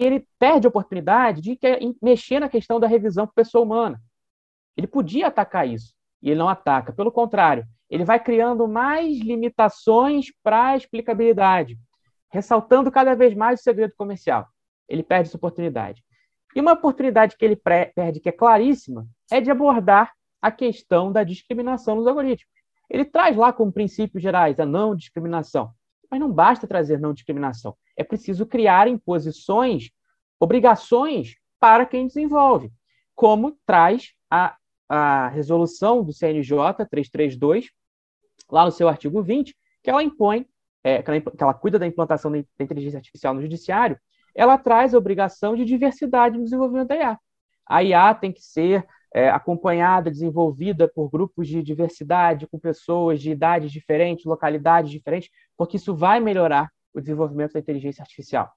ele perde a oportunidade de mexer na questão da revisão por pessoa humana. Ele podia atacar isso, e ele não ataca. Pelo contrário, ele vai criando mais limitações para a explicabilidade, ressaltando cada vez mais o segredo comercial. Ele perde essa oportunidade. E uma oportunidade que ele perde, que é claríssima, é de abordar a questão da discriminação nos algoritmos. Ele traz lá como princípios gerais a não discriminação. Mas não basta trazer não discriminação. É preciso criar imposições, obrigações para quem desenvolve, como traz a, a resolução do C N J trezentos e trinta e dois, lá no seu artigo vinte, que ela impõe, é, que, ela, que ela cuida da implantação da inteligência artificial no judiciário, ela traz a obrigação de diversidade no desenvolvimento da I A. A I A tem que ser é, acompanhada, desenvolvida por grupos de diversidade, com pessoas de idades diferentes, localidades diferentes, porque isso vai melhorar o desenvolvimento da inteligência artificial.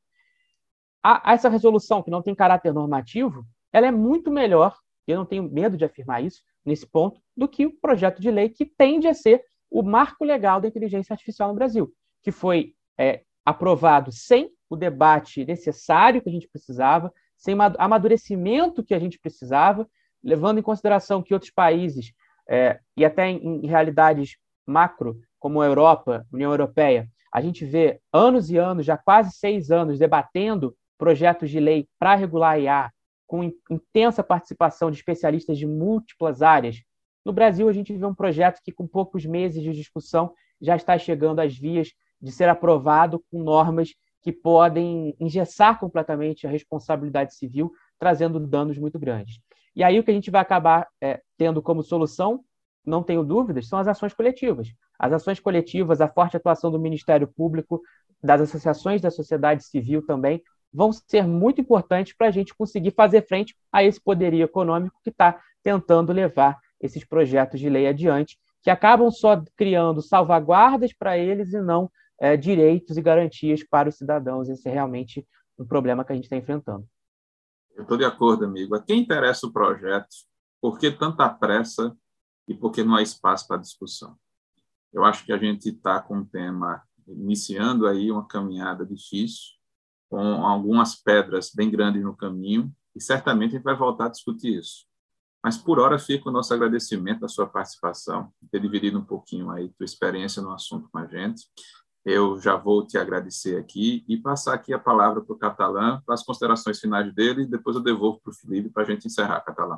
A, essa resolução, que não tem caráter normativo, ela é muito melhor, e eu não tenho medo de afirmar isso, nesse ponto, do que o projeto de lei que tende a ser o marco legal da inteligência artificial no Brasil, que foi é, aprovado sem o debate necessário que a gente precisava, sem amadurecimento que a gente precisava, levando em consideração que outros países, é, e até em, em realidades macro, como a Europa, União Europeia, a gente vê anos e anos, já quase seis anos, debatendo projetos de lei para regular a I A, com intensa participação de especialistas de múltiplas áreas. No Brasil, a gente vê um projeto que, com poucos meses de discussão, já está chegando às vias de ser aprovado com normas que podem engessar completamente a responsabilidade civil, trazendo danos muito grandes. E aí o que a gente vai acabar é, tendo como solução, não tenho dúvidas, são as ações coletivas. As ações coletivas, a forte atuação do Ministério Público, das associações da sociedade civil também, vão ser muito importantes para a gente conseguir fazer frente a esse poderio econômico que está tentando levar esses projetos de lei adiante, que acabam só criando salvaguardas para eles e não é, direitos e garantias para os cidadãos. Esse é realmente um problema que a gente está enfrentando. Eu estou de acordo, amigo. A quem interessa o projeto? Por que tanta pressa e por que não há espaço para discussão? Eu acho que a gente está com um tema iniciando aí uma caminhada difícil, com algumas pedras bem grandes no caminho, e certamente a gente vai voltar a discutir isso. Mas, por hora, fica o nosso agradecimento à sua participação, ter dividido um pouquinho aí tua experiência no assunto com a gente. Eu já vou te agradecer aqui e passar aqui a palavra para o Catalã, para as considerações finais dele, e depois eu devolvo para o Felipe para a gente encerrar, Catalã.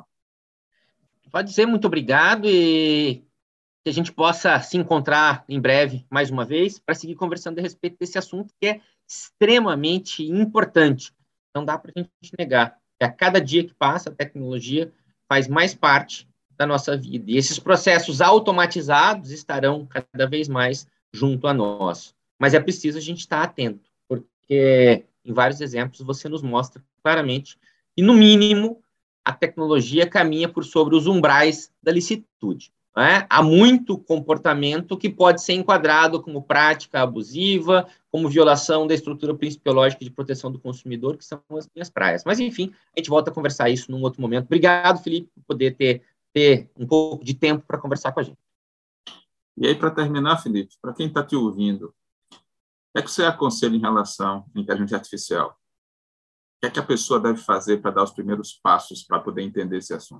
Pode ser, muito obrigado, e que a gente possa se encontrar em breve, mais uma vez, para seguir conversando a respeito desse assunto que é extremamente importante. Não dá para a gente negar que a cada dia que passa, a tecnologia faz mais parte da nossa vida. E esses processos automatizados estarão cada vez mais junto a nós. Mas é preciso a gente estar atento, porque em vários exemplos você nos mostra claramente que, no mínimo, a tecnologia caminha por sobre os umbrais da licitude. Não é? Há muito comportamento que pode ser enquadrado como prática abusiva, como violação da estrutura principiológica de proteção do consumidor, que são as minhas praias. Mas, enfim, a gente volta a conversar isso num outro momento. Obrigado, Felipe, por poder ter, ter um pouco de tempo para conversar com a gente. E aí, para terminar, Felipe, para quem está te ouvindo, o que é que você aconselha em relação à inteligência artificial? O que é que a pessoa deve fazer para dar os primeiros passos para poder entender esse assunto?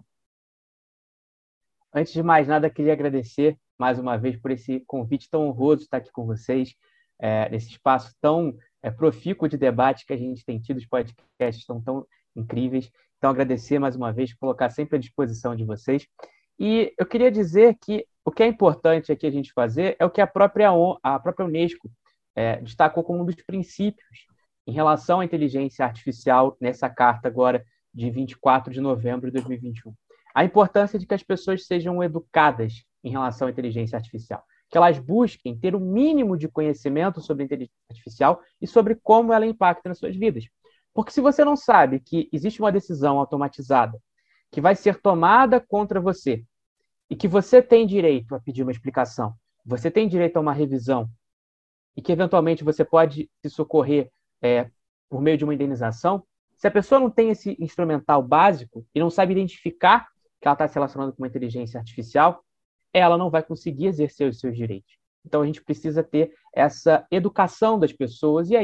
Antes de mais nada, queria agradecer mais uma vez por esse convite tão honroso de estar aqui com vocês, é, nesse espaço tão é, profícuo de debate que a gente tem tido, os podcasts estão tão incríveis. Então, agradecer mais uma vez, colocar sempre à disposição de vocês. E eu queria dizer que o que é importante aqui a gente fazer é o que a própria, a própria Unesco é, destacou como um dos princípios em relação à inteligência artificial nessa carta agora de vinte e quatro de novembro de dois mil e vinte e um. A importância de que as pessoas sejam educadas em relação à inteligência artificial, que elas busquem ter o mínimo de conhecimento sobre a inteligência artificial e sobre como ela impacta nas suas vidas. Porque se você não sabe que existe uma decisão automatizada que vai ser tomada contra você e que você tem direito a pedir uma explicação, você tem direito a uma revisão e que, eventualmente, você pode se socorrer é, por meio de uma indenização, se a pessoa não tem esse instrumental básico e não sabe identificar que ela está se relacionando com uma inteligência artificial, ela não vai conseguir exercer os seus direitos. Então, a gente precisa ter essa educação das pessoas, e aí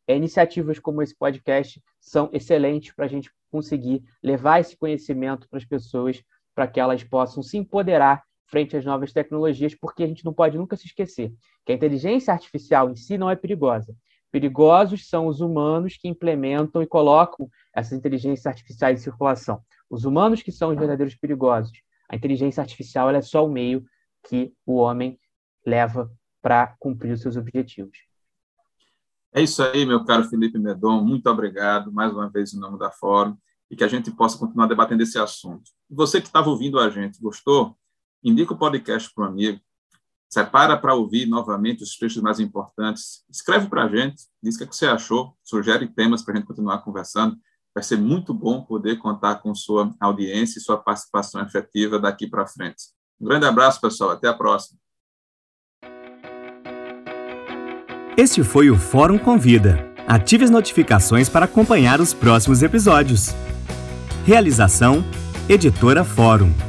é, iniciativas como esse podcast são excelentes para a gente conseguir levar esse conhecimento para as pessoas, para que elas possam se empoderar frente às novas tecnologias, porque a gente não pode nunca se esquecer que a inteligência artificial em si não é perigosa. Perigosos são os humanos que implementam e colocam essas inteligências artificiais em circulação. Os humanos que são os verdadeiros perigosos. A inteligência artificial ela é só o meio que o homem leva para cumprir os seus objetivos. É isso aí, meu caro Felipe Medon. Muito obrigado, mais uma vez, em nome da Fórum, e que a gente possa continuar debatendo esse assunto. Você que estava ouvindo a gente, gostou? Indica o podcast para um amigo. Separa para ouvir novamente os trechos mais importantes. Escreve para a gente, diz o que você achou, sugere temas para a gente continuar conversando. Vai ser muito bom poder contar com sua audiência e sua participação efetiva daqui para frente. Um grande abraço, pessoal. Até a próxima. Este foi o Fórum Convida. Ative as notificações para acompanhar os próximos episódios. Realização: Editora Fórum.